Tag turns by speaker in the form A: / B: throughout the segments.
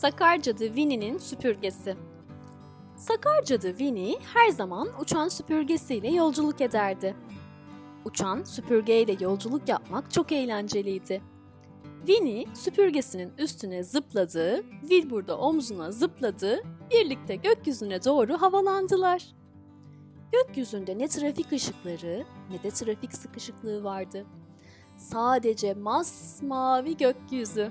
A: Sakar Cadı Winnie'nin süpürgesi. Sakar Cadı Winnie her zaman uçan süpürgesiyle yolculuk ederdi. Uçan süpürgeyle yolculuk yapmak çok eğlenceliydi. Winnie süpürgesinin üstüne zıpladı, Wilbur da omzuna zıpladı, birlikte gökyüzüne doğru havalandılar. Gökyüzünde ne trafik ışıkları ne de trafik sıkışıklığı vardı. Sadece masmavi gökyüzü.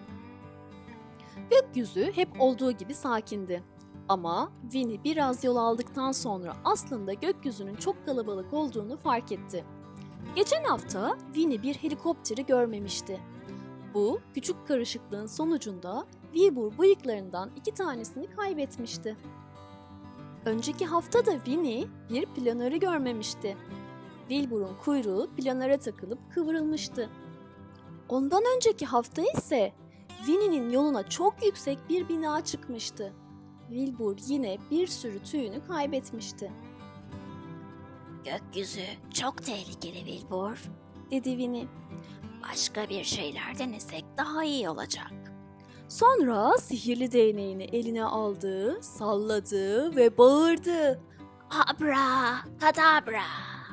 A: Gökyüzü hep olduğu gibi sakindi. Ama Winnie biraz yol aldıktan sonra aslında gökyüzünün çok kalabalık olduğunu fark etti. Geçen hafta Winnie bir helikopteri görmemişti. Bu küçük karışıklığın sonucunda Wilbur bıyıklarından 2 tanesini kaybetmişti. Önceki hafta da Winnie bir planörü görmemişti. Wilbur'un kuyruğu planöre takılıp kıvrılmıştı. Ondan önceki hafta ise Winnie'nin yoluna çok yüksek bir bina çıkmıştı. Wilbur yine bir sürü tüyünü kaybetmişti.
B: "Gökyüzü çok tehlikeli Wilbur,"
A: dedi Winnie.
B: "Başka bir şeyler denesek daha iyi olacak."
A: Sonra sihirli değneğini eline aldı, salladı ve bağırdı.
B: "Abra kadabra."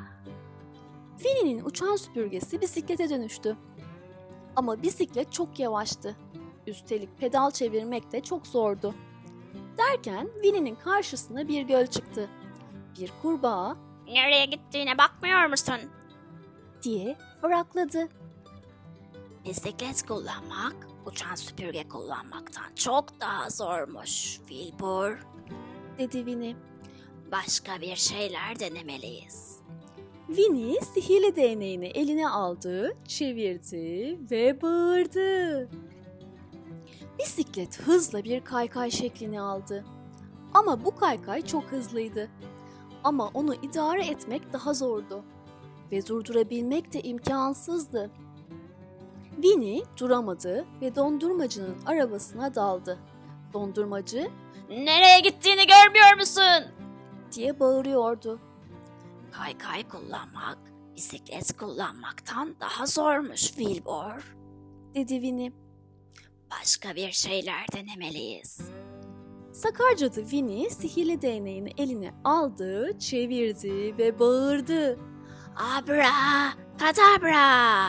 A: Winnie'nin uçan süpürgesi bisiklete dönüştü. Ama bisiklet çok yavaştı. Üstelik pedal çevirmek de çok zordu. Derken Winnie'nin karşısına bir göl çıktı. Bir kurbağa
B: "Nereye gittiğine bakmıyor musun?"
A: diye fırakladı.
B: "Bisiklet kullanmak, uçan süpürge kullanmaktan çok daha zormuş Wilbur,"
A: dedi Winnie.
B: "Başka bir şeyler denemeliyiz."
A: Winnie sihirli değneğini eline aldı, çevirdi ve bağırdı. Bisiklet hızla bir kaykay şeklini aldı. Ama bu kaykay çok hızlıydı. Ama onu idare etmek daha zordu. Ve durdurabilmek de imkansızdı. Winnie duramadı ve dondurmacının arabasına daldı. Dondurmacı,
B: "Nereye gittiğini görmüyor musun?"
A: diye bağırıyordu.
B: "Kaykay kullanmak, bisiklet kullanmaktan daha zormuş Wilbur,"
A: dedi Winnie.
B: "Başka bir şeyler denemeliyiz."
A: Sakar Cadı Winnie sihirli değneğini eline aldı, çevirdi ve bağırdı.
B: "Abra kadabra."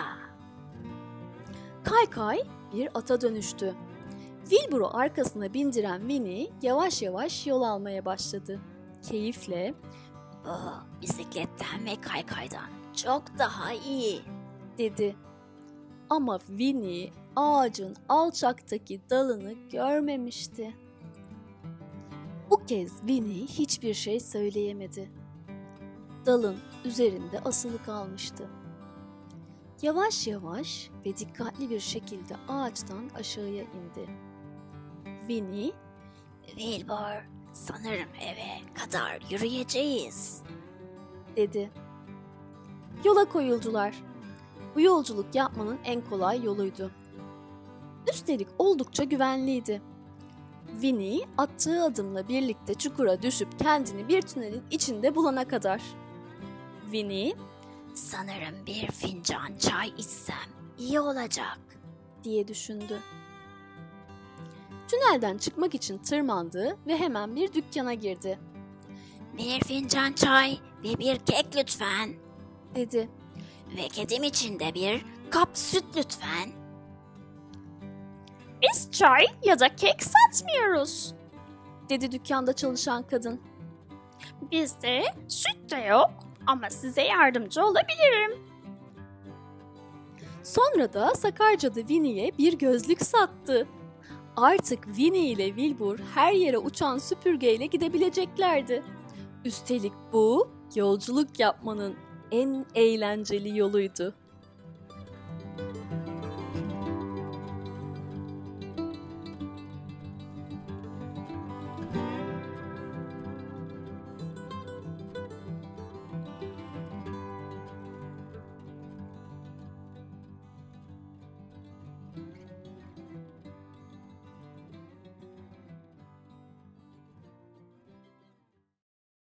A: Kaykay bir ata dönüştü. Wilbur'u arkasına bindiren Winnie yavaş yavaş yol almaya başladı. Keyifle
B: "Bu bisikletten ve kaykaydan çok daha iyi,"
A: dedi. Ama Winnie ağacın alçaktaki dalını görmemişti. Bu kez Winnie hiçbir şey söyleyemedi. Dalın üzerinde asılı kalmıştı. Yavaş yavaş ve dikkatli bir şekilde ağaçtan aşağıya indi. Winnie,
B: "Wilbur, sanırım eve kadar yürüyeceğiz,"
A: dedi. Yola koyuldular. Bu yolculuk yapmanın en kolay yoluydu. Üstelik oldukça güvenliydi. Winnie attığı adımla birlikte çukura düşüp kendini bir tünelin içinde bulana kadar. Winnie,
B: "Sanırım bir fincan çay içsem iyi olacak,"
A: diye düşündü. Tünelden çıkmak için tırmandı ve hemen bir dükkana girdi.
B: "Bir fincan çay ve bir kek lütfen.
A: Dedi.
B: Ve kedim için de bir kap süt lütfen."
A: Biz çay ya da kek satmıyoruz, dedi dükkanda çalışan kadın. Bizde süt de yok ama size yardımcı olabilirim. Sonra da Sakar Cadı Winnie'ye bir gözlük sattı. Artık Winnie ile Wilbur her yere uçan süpürgeyle gidebileceklerdi. Üstelik bu yolculuk yapmanın en eğlenceli yoluydu.